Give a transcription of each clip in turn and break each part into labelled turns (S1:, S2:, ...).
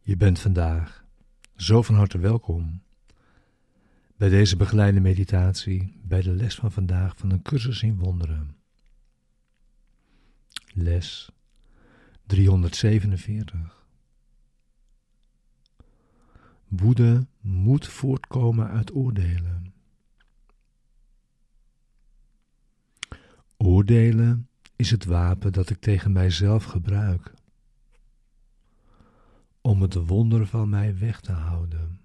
S1: Je bent vandaag zo van harte welkom bij deze begeleide meditatie, bij de les van vandaag van een cursus in wonderen. Les 347. Woede moet voortkomen uit oordelen. Oordelen is het wapen dat ik tegen mijzelf gebruik om het wonder van mij weg te houden.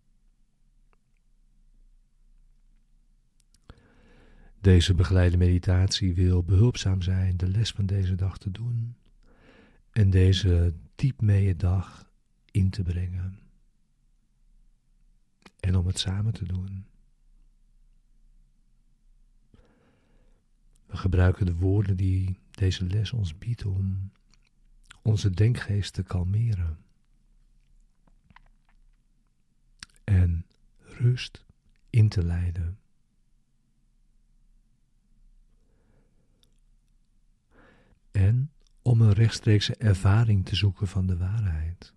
S1: Deze begeleide meditatie wil behulpzaam zijn de les van deze dag te doen en deze diep mee dag in te brengen. En om het samen te doen. We gebruiken de woorden die deze les ons biedt om onze denkgeest te kalmeren. En rust in te leiden. En om een rechtstreekse ervaring te zoeken van de waarheid.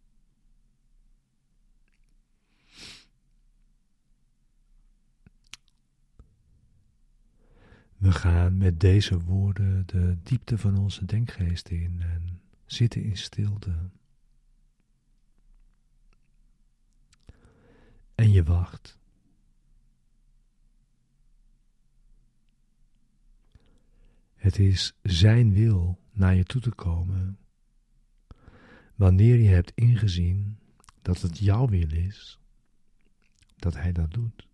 S1: We gaan met deze woorden de diepte van onze denkgeest in en zitten in stilte. En je wacht. Het is zijn wil naar je toe te komen, wanneer je hebt ingezien dat het jouw wil is, dat hij dat doet.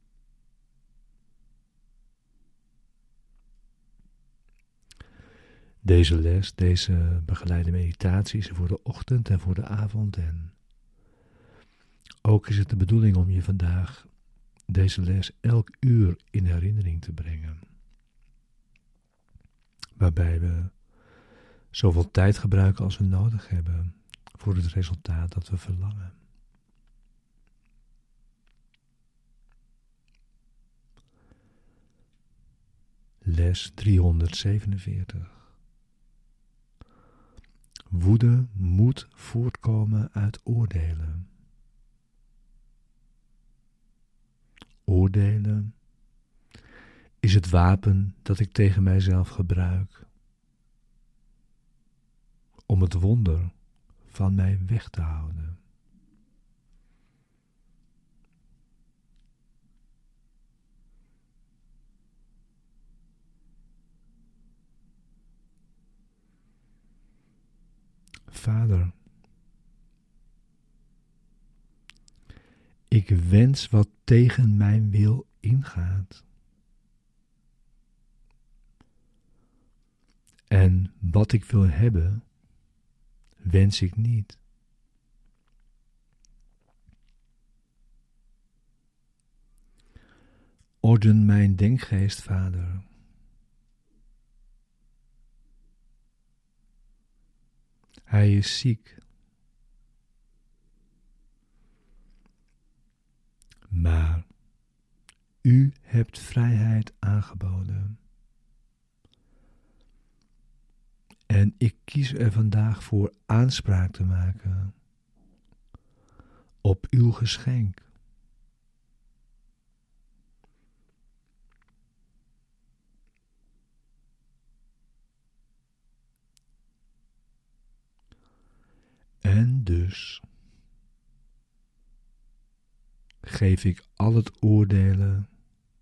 S1: Deze les, deze begeleide meditatie is voor de ochtend en voor de avond en ook is het de bedoeling om je vandaag deze les elk uur in herinnering te brengen. Waarbij we zoveel tijd gebruiken als we nodig hebben voor het resultaat dat we verlangen. Les 347. Woede moet voortkomen uit oordelen. Oordelen is het wapen dat ik tegen mijzelf gebruik om het wonder van mij weg te houden. Vader, ik wens wat tegen mijn wil ingaat. En wat ik wil hebben, wens ik niet. Orden mijn denkgeest, Vader. Hij is ziek. Maar u hebt vrijheid aangeboden. En ik kies er vandaag voor aanspraak te maken op uw geschenk. En dus geef ik al het oordelen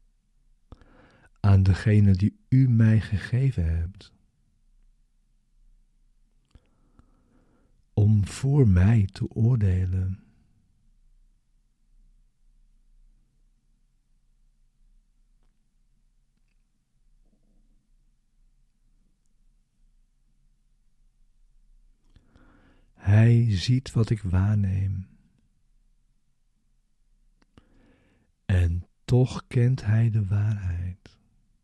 S1: aan degene die u mij gegeven hebt, om voor mij te oordelen. Hij ziet wat ik waarneem. En toch kent hij de waarheid.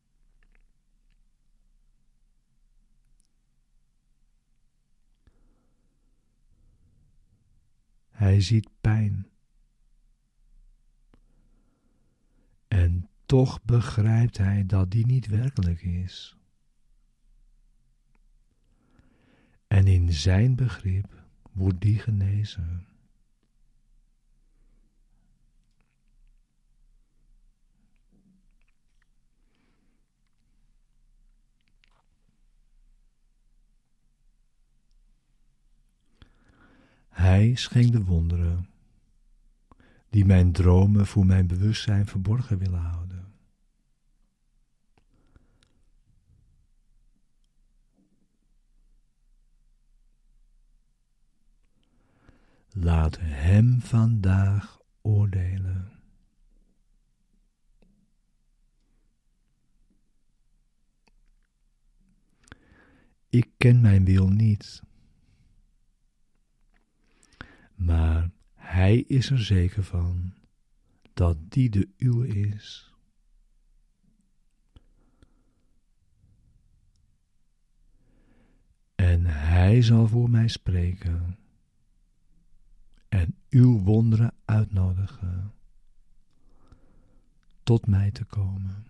S1: Hij ziet pijn. En toch begrijpt hij dat die niet werkelijk is. En in zijn begrip wordt die genezen. Hij schenkt de wonderen die mijn dromen voor mijn bewustzijn verborgen willen houden. Laat hem vandaag oordelen. Ik ken mijn wil niet, maar hij is er zeker van dat die de uwe is. En hij zal voor mij spreken en uw wonderen uitnodigen tot mij te komen.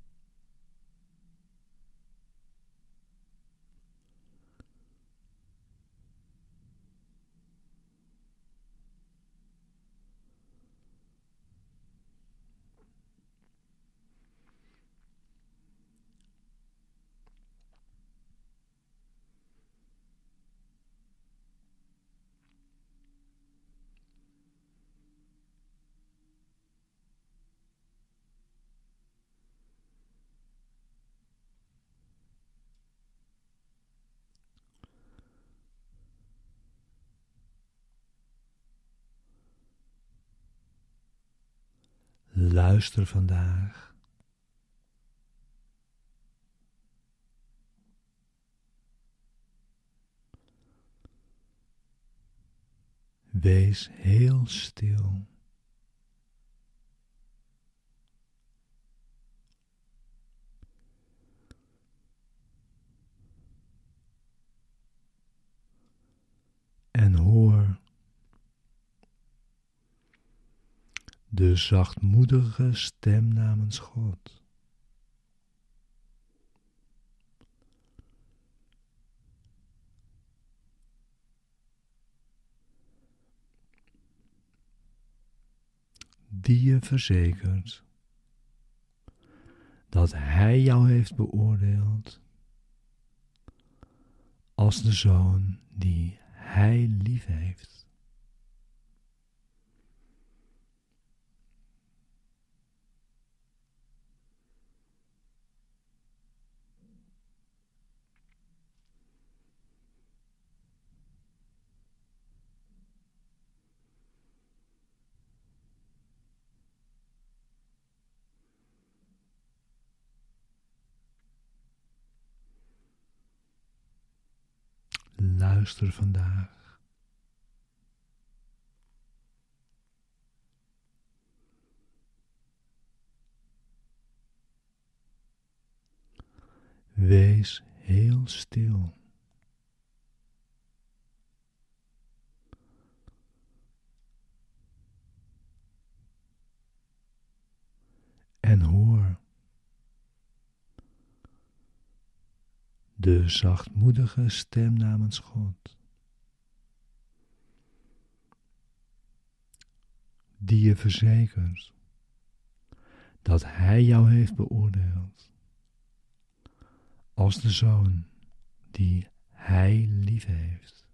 S1: Luister vandaag. Wees heel stil. En hoor de zachtmoedige stem namens God. Die je verzekert dat hij jou heeft beoordeeld als de zoon die hij lief heeft. Luister vandaag. Wees heel stil. En hoor de zachtmoedige stem namens God, die je verzekert dat hij jou heeft beoordeeld als de zoon die hij lief heeft.